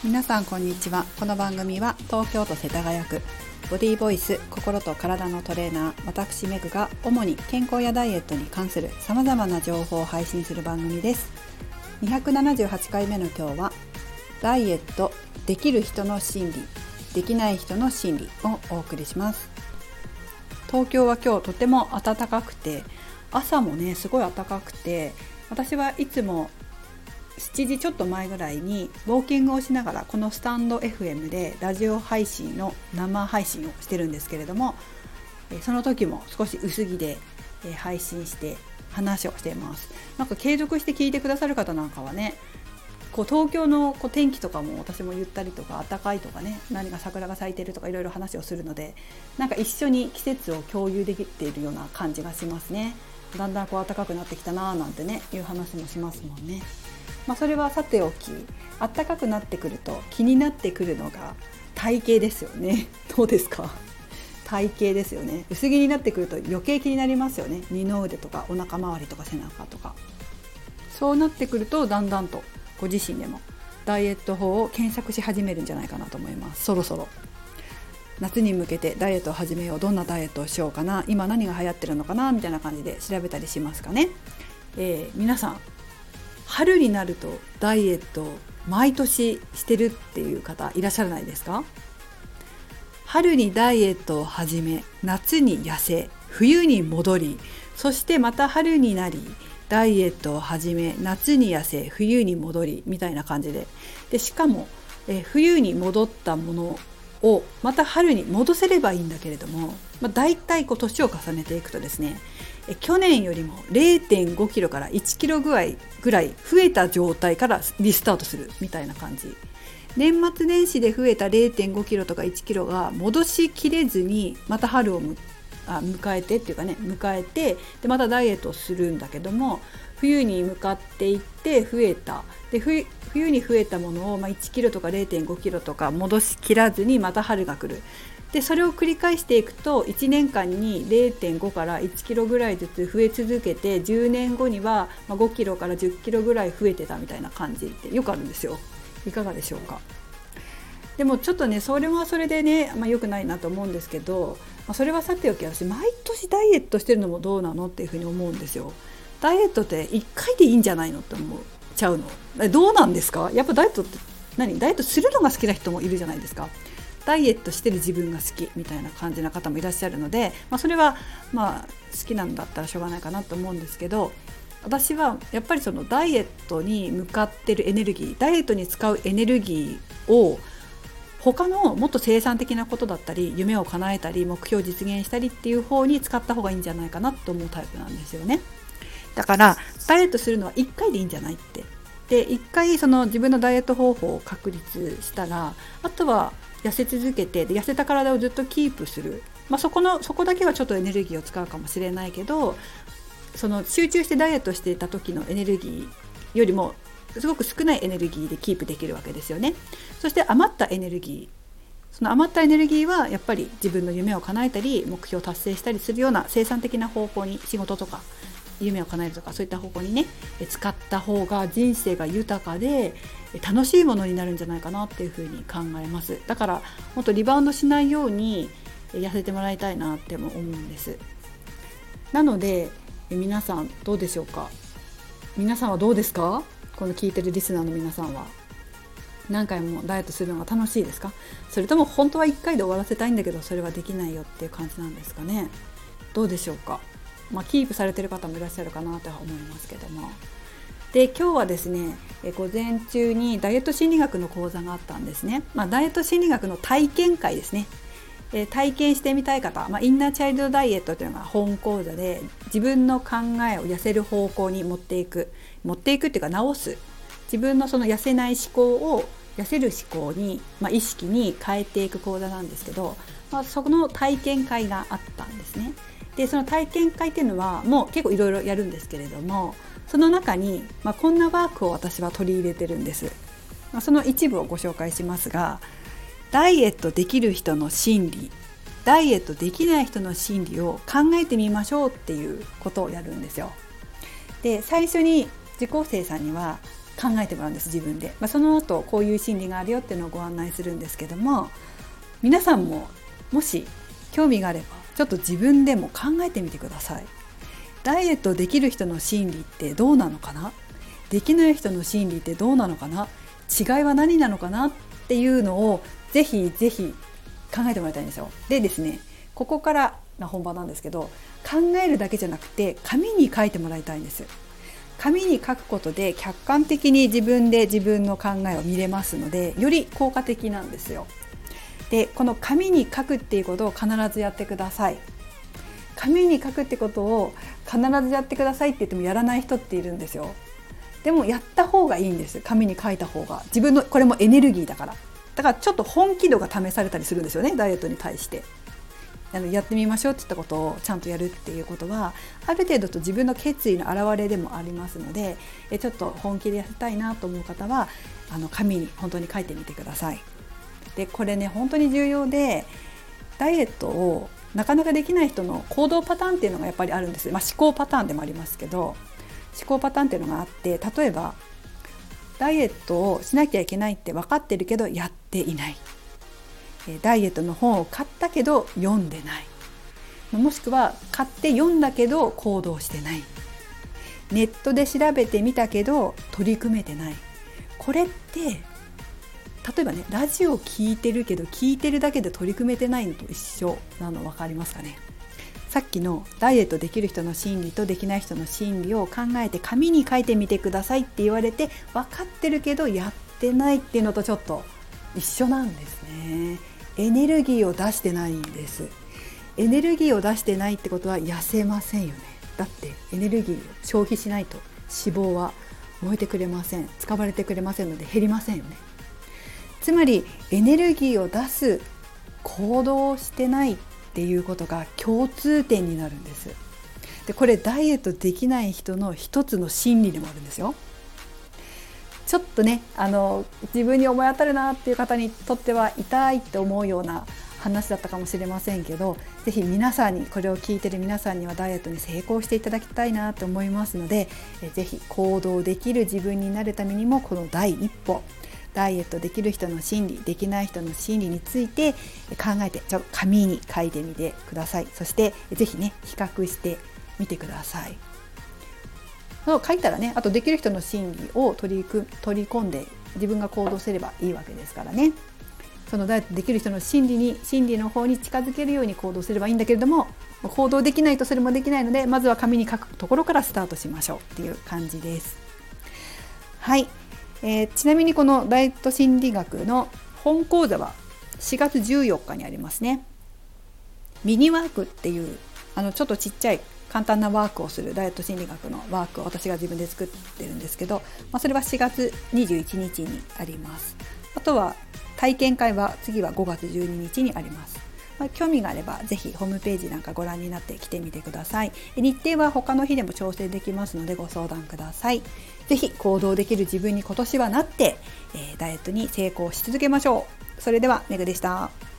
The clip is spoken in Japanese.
皆さんこんにちは。この番組は東京都世田谷区ボディーボイス心と体のトレーナー私メグが主に健康やダイエットに関するさまざまな情報を配信する番組です。278回目の今日はダイエットできる人の心理できない人の心理をお送りします。東京は今日とても暖かくて、朝もねすごい暖かくて、私はいつも7時ちょっと前ぐらいにウォーキングをしながらこのスタンド FM でラジオ配信の生配信をしてるんですけれども、その時も少し薄着で配信して話をしています。なんか継続して聞いてくださる方なんかはね、こう東京の天気とかも私も言ったりとか、暖かいとかね、何が桜が咲いてるとかいろいろ話をするので、なんか一緒に季節を共有できているような感じがしますね。だんだん暖かくなってきたななんてねいう話もしますもんね。それはさておき、暖かくなってくると気になってくるのが体型ですよね。どうですか？体型ですよね。薄着になってくると余計気になりますよね。二の腕とかお腹周りとか背中とか。そうなってくるとだんだんとご自身でもダイエット法を検索し始めるんじゃないかなと思います。そろそろ夏に向けてダイエットを始めよう、どんなダイエットをしようかな、今何が流行ってるのかなみたいな感じで調べたりしますかね。皆さん春になるとダイエットを毎年してるっていう方いらっしゃらないですか？春にダイエットを始め、夏に痩せ、冬に戻り、そしてまた春になりダイエットを始め、夏に痩せ、冬に戻りみたいな感じで、しかも、冬に戻ったものをまた春に戻せればいいんだけれども、だいたい年を重ねていくとですね、去年よりも 0.5 キロから1キロぐらい増えた状態からリスタートするみたいな感じ。年末年始で増えた 0.5 キロとか1キロが戻しきれずにまた春を迎えてっていうかね、迎えてでまたダイエットをするんだけども、冬に向かっていって増えたで、冬に増えたものを1キロとか 0.5 キロとか戻しきらずにまた春が来る。でそれを繰り返していくと1年間に 0.5 から1キロぐらいずつ増え続けて、10年後には5キロから10キロぐらい増えてたみたいな感じってよくあるんですよ。いかがでしょうか？でもちょっとね、それはそれでね、良くないなと思うんですけど、それはさておき、私毎年ダイエットしてるのもどうなのっていうふうに思うんですよ。ダイエットって1回でいいんじゃないのって思っちゃうの。どうなんですか？やっぱダイエットってダイエットするのが好きな人もいるじゃないですか。ダイエットしてる自分が好きみたいな感じな方もいらっしゃるので、それは好きなんだったらしょうがないかなと思うんですけど、私はやっぱりそのダイエットに向かってるエネルギー、ダイエットに使うエネルギーを他のもっと生産的なことだったり、夢を叶えたり目標を実現したりっていう方に使った方がいいんじゃないかなと思うタイプなんですよね。だからダイエットするのは1回でいいんじゃないって。で1回その自分のダイエット方法を確立したら、あとは痩せ続けて、痩せた体をずっとキープする、そこだけはちょっとエネルギーを使うかもしれないけど、その集中してダイエットしていた時のエネルギーよりもすごく少ないエネルギーでキープできるわけですよね。そして余ったエネルギー、その余ったエネルギーはやっぱり自分の夢を叶えたり目標を達成したりするような生産的な方向に、仕事とか夢を叶えるとかそういった方向にね使った方が人生が豊かで楽しいものになるんじゃないかなっていうふうに考えます。だからもっとリバウンドしないように痩せてもらいたいなっても思うんです。なので皆さんどうでしょうか？皆さんはどうですか？この聞いてるリスナーの皆さんは何回もダイエットするのが楽しいですか？それとも本当は1回で終わらせたいんだけどそれはできないよっていう感じなんですかね。どうでしょうか？キープされてる方もいらっしゃるかなとは思いますけども。で今日はですね、午前中にダイエット心理学の講座があったんですね。ダイエット心理学の体験会ですね。体験してみたい方、インナーチャイルドダイエットというのが本講座で、自分の考えを痩せる方向に持っていくっていうか直す、自分のその痩せない思考を痩せる思考に、意識に変えていく講座なんですけど、その体験会があったんですね。でその体験会っていうのはもう結構いろいろやるんですけれども、その中に、こんなワークを私は取り入れてるんです。その一部をご紹介しますが、ダイエットできる人の心理、ダイエットできない人の心理を考えてみましょうっていうことをやるんですよ。で最初に受講生さんには考えてもらうんです、自分で。その後こういう心理があるよっていうのをご案内するんですけども、皆さんももし興味があればちょっと自分でも考えてみてください。ダイエットできる人の心理ってどうなのかな、できない人の心理ってどうなのかな、違いは何なのかなっていうのをぜひぜひ考えてもらいたいんですよ。でですね、ここからが本番なんですけど、考えるだけじゃなくて紙に書いてもらいたいんです。紙に書くことで客観的に自分で自分の考えを見れますので、より効果的なんですよ。で、この紙に書くっていうことを必ずやってください。紙に書くってことを必ずやってくださいって言ってもやらない人っているんですよ。でもやった方がいいんです。紙に書いた方が、自分のこれもエネルギーだからちょっと本気度が試されたりするんですよね、ダイエットに対して。やってみましょうって言ったことをちゃんとやるっていうことは、ある程度と自分の決意の表れでもありますので、ちょっと本気でやりたいなと思う方は紙に本当に書いてみてください。でこれね、本当に重要で、ダイエットをなかなかできない人の行動パターンっていうのがやっぱりあるんです。思考パターンでもありますけど、思考パターンっていうのがあって、例えばダイエットをしなきゃいけないって分かってるけどやっていない、ダイエットの本を買ったけど読んでない、もしくは買って読んだけど行動してない、ネットで調べてみたけど取り組めてない。これって例えばね、ラジオ聞いてるけど聞いてるだけで取り組めてないのと一緒なの分かりますかね。さっきのダイエットできる人の心理とできない人の心理を考えて紙に書いてみてくださいって言われて、分かってるけどやってないっていうのとちょっと一緒なんですね。エネルギーを出してないんです。エネルギーを出してないってことは痩せませんよね。だってエネルギーを消費しないと脂肪は燃えてくれません、使われてくれませんので減りませんよね。つまりエネルギーを出す行動をしてないっていうことが共通点になるんです。でこれダイエットできない人の一つの心理でもあるんですよ。ちょっとね、自分に思い当たるなっていう方にとっては痛いって思うような話だったかもしれませんけど、ぜひ皆さんに、これを聞いている皆さんにはダイエットに成功していただきたいなと思いますので、ぜひ行動できる自分になるためにも、この第一歩、ダイエットできる人の心理、できない人の心理について考えて、ちょっと紙に書いてみてください。そしてぜひね、比較してみてください。書いたらね、あとできる人の心理を取り込んで自分が行動すればいいわけですからね。そのダイエットできる人の心理の方に近づけるように行動すればいいんだけれども、行動できないとそれもできないので、まずは紙に書くところからスタートしましょうっていう感じです。はい、ちなみにこのダイエット心理学の本講座は4月14日にありますね。ミニワークっていうちょっとちっちゃい簡単なワークをするダイエット心理学のワークを私が自分で作ってるんですけど、それは4月21日にあります。あとは体験会は次は5月12日にあります。興味があればぜひホームページなんかご覧になって来てみてください。日程は他の日でも調整できますのでご相談ください。ぜひ行動できる自分に今年はなって、ダイエットに成功し続けましょう。それではめぐでした。